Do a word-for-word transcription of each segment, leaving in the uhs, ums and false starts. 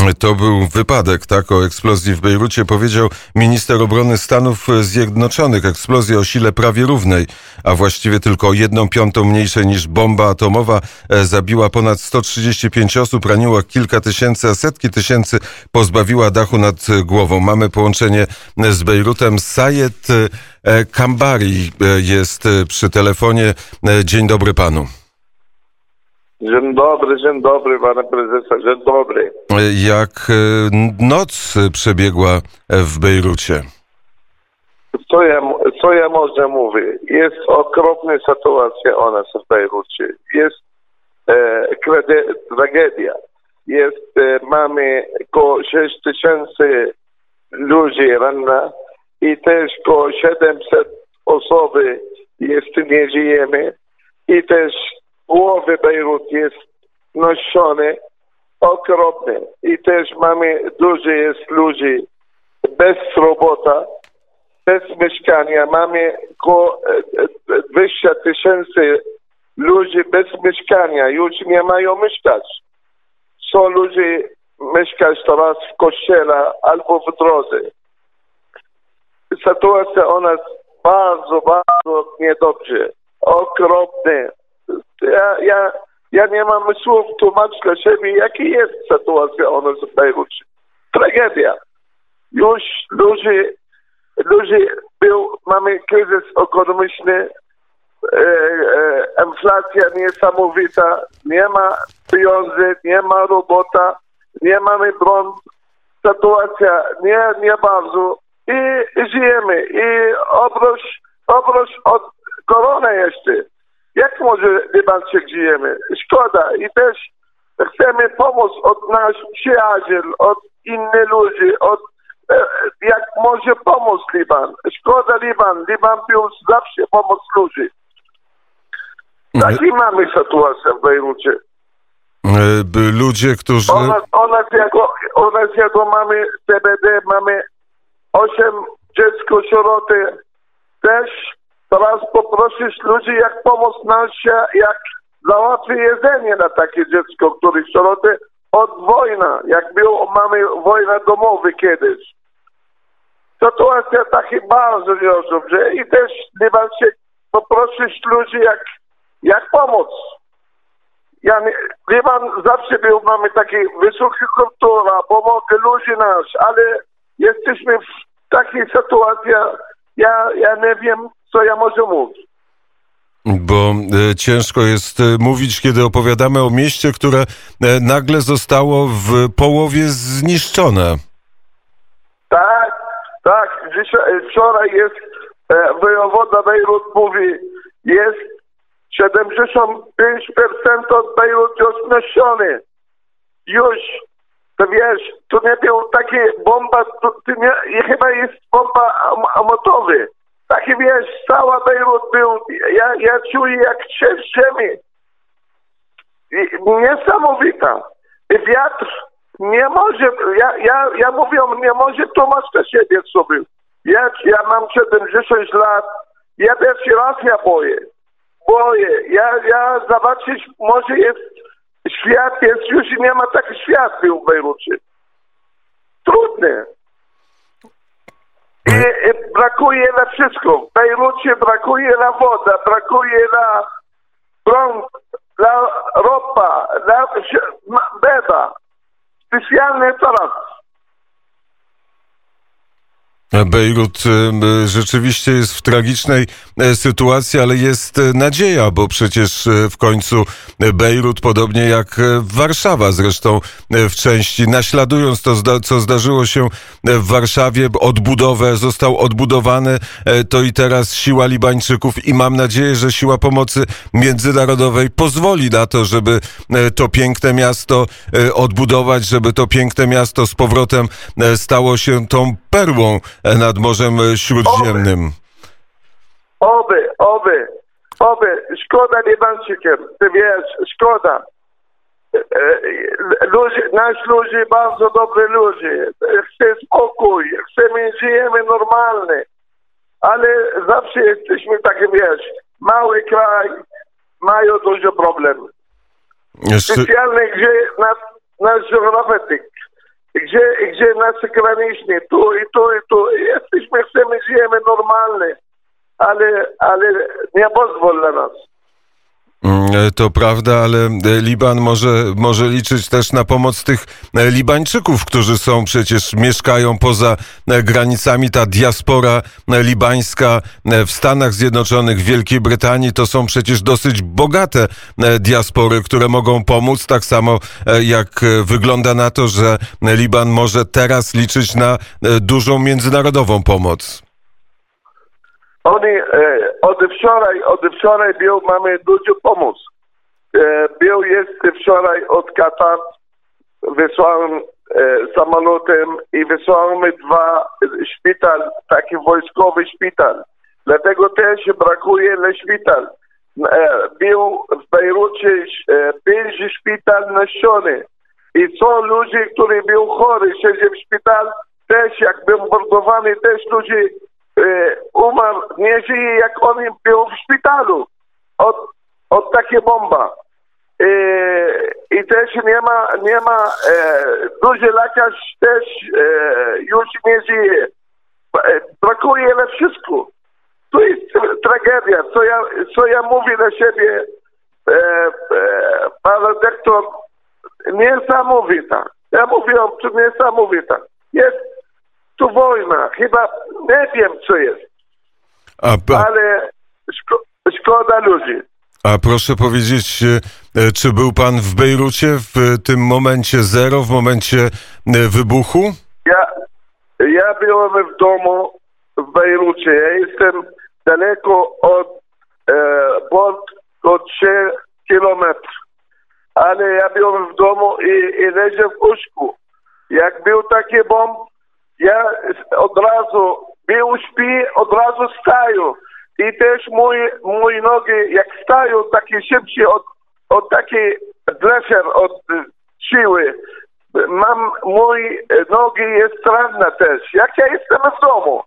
To był wypadek, tak? O eksplozji w Bejrucie powiedział minister obrony Stanów Zjednoczonych. Eksplozja o sile prawie równej, a właściwie tylko o jedną piątą mniejszej niż bomba atomowa, zabiła ponad sto trzydzieści pięć osób, raniła kilka tysięcy, a setki tysięcy pozbawiła dachu nad głową. Mamy połączenie z Bejrutem. Sayed Kambari jest przy telefonie. Dzień dobry panu. Dzień dobry, dzień dobry, panie prezesie, dzień dobry. Jak noc przebiegła w Bejrucie? Co ja, co ja może mówię? Jest okropna sytuacja u nas w Bejrucie. Jest e, tragedia. Jest, e, mamy około sześć tysięcy ludzi rannych i też około siedemset osób jest, nie żyjemy. I też głowy Bejrut jest noszony okropny. I też mamy dużo jest ludzi bez roboty, bez mieszkania. Mamy około dwieście tysięcy ludzi bez mieszkania. Już nie mają mieszkać. Są ludzie mieszkać teraz w kościele albo w drodze. Sytuacja u nas bardzo, bardzo niedobrze. Okropne. Ja, ja, ja nie mam słów tłumaczyć dla siebie, jaki jest sytuacja u nas w Bejrucie. Tragedia. Już ludzie, ludzie był, mamy kryzys ekonomiczny, e, e, inflacja niesamowita, nie ma pieniędzy, nie ma robota, nie mamy broń. Sytuacja nie, nie bardzo. I, i żyjemy. I oprócz, oprócz od korony jeszcze. Jak może Libańczyk żyjemy? Szkoda. I też chcemy pomóc od naszych przyjaciół, od innych ludzi, od e, jak może pomóc Liban. Szkoda Liban. Liban był zawsze pomoc ludzi. Taki mamy sytuację w Bejrucie. Ludzie, którzy... U nas, u nas, jako, u nas jako mamy C B D, mamy osiem dziecko sieroty. Też teraz poprosić ludzi, jak pomóc nam się, jak załatwi jedzenie na takie dziecko, które sieroty od wojny. Jak było, mamy wojnę domowa kiedyś. Sytuacja taka bardzo niedobrze. I też Libańczyk poprosić ludzi, jak, jak pomóc. Ja nie, Liban zawsze był, mamy takie wysokie kultura, pomogę ludzi nas, ale jesteśmy w takiej sytuacji, ja, ja nie wiem, co ja może mówić. Bo e, ciężko jest e, mówić, kiedy opowiadamy o mieście, które e, nagle zostało w połowie zniszczone. Tak, tak. Dzisiaj, wczoraj jest e, wojewoda Bejrut mówi, jest siedemdziesiąt pięć procent od Bejrut już zniszczony. Już. To wiesz, to nie był taki bomba, to, to nie, chyba jest bomba atomowa. Taki wiesz, cała Bejrut był, ja, ja czuję jak trzęs ziemi. Niesamowita. I wiatr nie może, ja, ja, ja mówię, nie może tłumaczyć na siebie sobie. Ja, ja mam siedemdziesiąt lat, ja pierwszy raz ja boję. Boję. Ja, ja zobaczyć, może jest świat, jest już nie ma taki świat był w Bejrucie. Trudne. I, i brakuje na wszystko. W Bejrucie brakuje na wodę, brakuje na prąd, na ropa, na beda. Specjalnie teraz. Bejrut rzeczywiście jest w tragicznej sytuacji, ale jest nadzieja, bo przecież w końcu Bejrut, podobnie jak Warszawa zresztą w części, naśladując to, co zdarzyło się w Warszawie, odbudowę, został odbudowany, to i teraz siła Libańczyków i mam nadzieję, że siła pomocy międzynarodowej pozwoli na to, żeby to piękne miasto odbudować, żeby to piękne miasto z powrotem stało się tą perłą nad Morzem Śródziemnym. Oby, oby, oby. Szkoda Libańczykiem. Ty wiesz, szkoda. Ludzie, nasz ludzie, bardzo dobry ludzie. Chce spokój. Chcemy, żyjemy normalnie. Ale zawsze jesteśmy takie, wiesz, mały kraj, mają dużo problemów. Jeszcze... Specjalnie, gdzie nasz, nasz geografityk gdzie, gdzie nasi graniczni, tu i tu i tu. Jesteśmy, chcemy, żyjemy normalnie, ale, ale nie pozwól na nas. To prawda, ale Liban może, może liczyć też na pomoc tych Libańczyków, którzy są przecież, mieszkają poza granicami. Ta diaspora libańska w Stanach Zjednoczonych, w Wielkiej Brytanii to są przecież dosyć bogate diaspory, które mogą pomóc, tak samo jak wygląda na to, że Liban może teraz liczyć na dużą międzynarodową pomoc. Oni e, od wczoraj, od wczoraj był, mamy dużo pomoc. E, był, jest wczoraj od Katar, wysłałem e, samolotem i wysłałem dwa szpital, taki wojskowy szpital. Dlatego też brakuje na szpital. E, był w Bejrucie e, pięć szpital niszczony. I są ludzie, którzy byli chorzy, siedzą w szpital, też jak bombardowany, też ludzie umarł, nie żyje, jak on był w szpitalu od, od takiej bomba. I, i też nie ma, nie ma e, duży lekarz też e, już nie żyje. Brakuje na wszystko. To jest tragedia. Co ja, co ja mówię na siebie, e, e, pan redaktor, niesamowita. Ja mówię, to niesamowita. Jest tu wojna, chyba nie wiem, co jest, a, a, ale szko szkoda ludzi. A proszę powiedzieć, czy był pan w Bejrucie w tym momencie zero, w momencie wybuchu? Ja, ja byłem w domu w Bejrucie. Ja jestem daleko od e, port, od trzy kilometrów, ale ja byłem w domu i, i leżę w łóżku. Jak był taki bomb, ja od razu był śpi, od razu staję. I też moje, moje nogi, jak stają, takie szybciej od, od takiej bleser, od siły. Mam, moje nogi jest ranna też. Jak ja jestem w domu.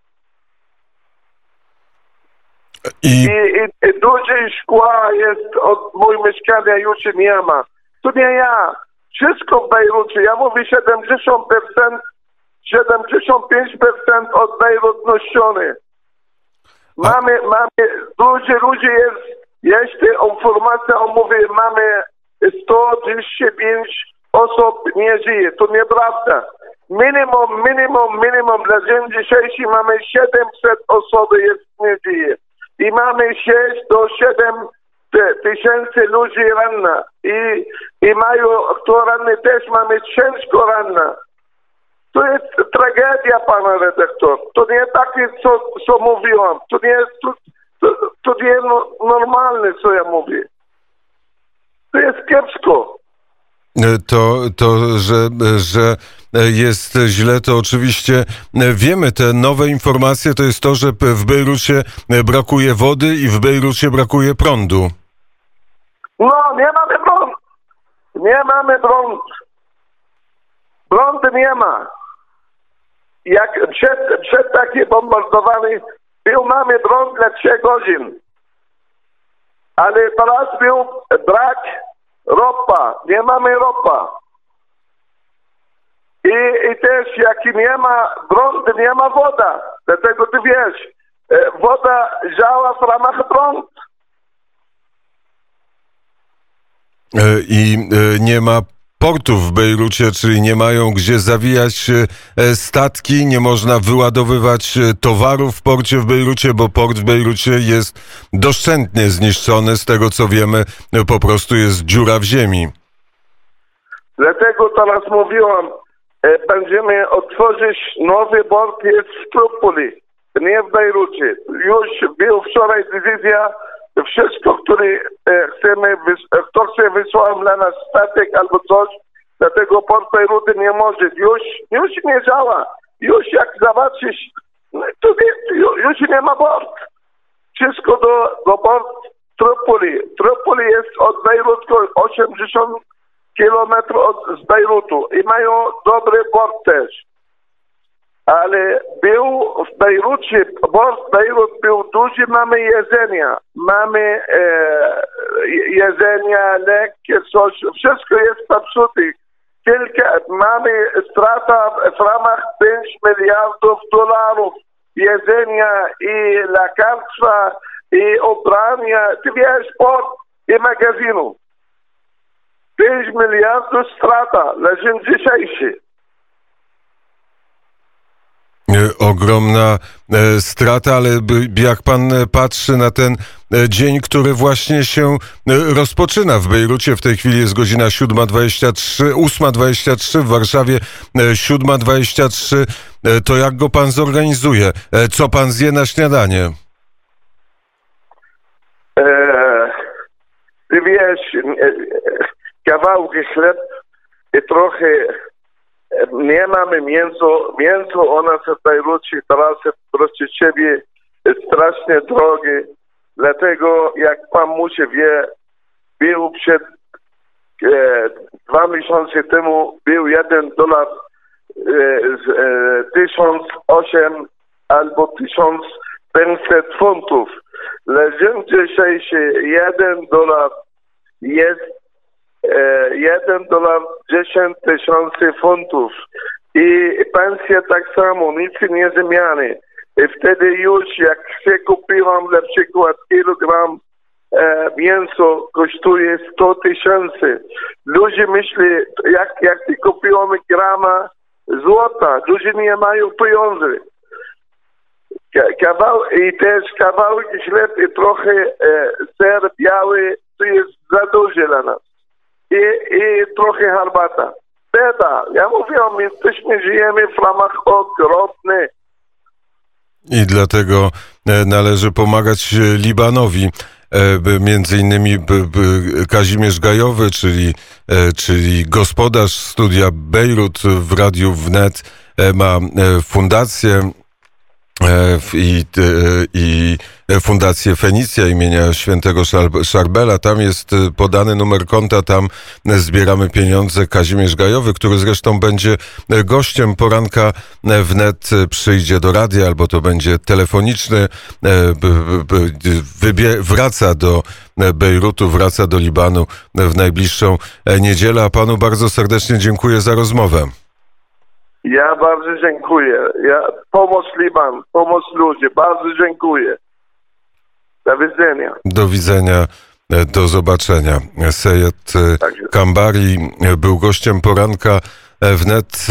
I, I, i, i duże szkła jest od mojego mieszkania, już nie ma. To nie ja. Wszystko w Bejrucie. Ja mówię siedemdziesiąt procent, siedemdziesiąt pięć procent od Bejrut niszczony. Mamy, mamy, duży ludzie jest, jeszcze informacja, on mówi, mamy sto trzydzieści pięć osób nie żyje. To nieprawda. Minimum, minimum, minimum dla dzień dzisiejszy mamy siedemset osób jest nie żyje. I mamy sześć do siedmiu tysięcy ludzi ranna. I, i mają, kto ranny też mamy ciężko ranna. To jest tragedia, pana redaktor. To nie takie, co, co mówiłam. To nie jest, to, to, to nie jest normalne, co ja mówię. To jest kiepsko. To, to że, że jest źle, to oczywiście wiemy. Te nowe informacje to jest to, że w Bejrucie brakuje wody i w Bejrucie brakuje prądu. No, nie mamy prądu. Nie mamy prądu. Prądu nie ma. Jak przed, przed takim bombardowany był, mamy prąd dla trzech godzin. Ale teraz był brak ropa. Nie mamy ropa. I, i też jak nie ma prądu, nie ma woda. Dlatego ty wiesz, woda działa w ramach prądu. I nie ma portów w Bejrucie, czyli nie mają gdzie zawijać statki, nie można wyładowywać towarów w porcie w Bejrucie, bo port w Bejrucie jest doszczętnie zniszczony. Z tego co wiemy, po prostu jest dziura w ziemi. Dlatego teraz mówiłam, będziemy otworzyć nowy port jest w Tripoli, nie w Bejrucie. Już był wczoraj decyzja, wszystko, które chcemy, kto chce wysłać dla nas statek albo coś, dlatego port Bejruty nie może. Już, już nie działa. Już jak zobaczysz, to nie, już nie ma port. Wszystko do, do port Tripoli. Tripoli jest od Bejrutu osiemdziesiąt kilometrów od z Bejrutu i mają dobry port też. Ale był w Bejrucie, port Bejrut był duży, mamy jedzenia, mamy e, jedzenia, leki, coś, wszystko jest popsute. kilka, mamy strata w ramach pięć miliardów dolarów jedzenia i lekarstwa i ubrania, ty wiesz, sport i magazynu. pięć miliardów strata na dzień dzisiejszy. Ogromna e, strata, ale by, jak pan patrzy na ten e, dzień, który właśnie się e, rozpoczyna w Bejrucie, w tej chwili jest godzina siódma dwadzieścia trzy, ósma dwadzieścia trzy, w Warszawie e, siódma dwadzieścia trzy, e, to jak go pan zorganizuje? E, co pan zje na śniadanie? E, ty wiesz, e, kawałki chleb i trochę nie mamy mięso. Mięso u nas w Bejrucie teraz proszę ciebie strasznie drogie. Dlatego jak pan musi wie, był przed e, dwa miesiące temu był jeden dolar e, e, tysiąc osiem albo tysiąc pięćset funtów. Na dzień dzisiejszy jeden dolar jest jeden dolar dziesięć tysięcy funtów i pensja tak samo, nic nie zmiany. I wtedy już jak się kupiłam na przykład kilogram e, mięso kosztuje sto tysięcy. Ludzie myślą, jak, jak ty kupiłam grama złota, ludzie nie mają pieniędzy. Kawał, i też kawałek chleb i trochę e, ser biały, to jest za duże dla nas. I, i trochę herbata. Beda. Ja mówię, my jesteśmy, żyjemy w ramach okropnych. I dlatego należy pomagać Libanowi. Między innymi Kazimierz Gajowy, czyli, czyli gospodarz studia Bejrut w Radiu Wnet, ma fundację i, i Fundację Fenicja imienia świętego Szarbela. Tam jest podany numer konta, tam zbieramy pieniądze. Kazimierz Gajowy, który zresztą będzie gościem poranka Wnet, przyjdzie do radia, albo to będzie telefoniczny, wraca do Bejrutu, wraca do Libanu w najbliższą niedzielę. A panu bardzo serdecznie dziękuję za rozmowę. Ja bardzo dziękuję. Ja, pomoc Liban, pomoc ludzie. Bardzo dziękuję. Do widzenia. Do widzenia, do zobaczenia. Sejed Kambari był gościem poranka Wnet.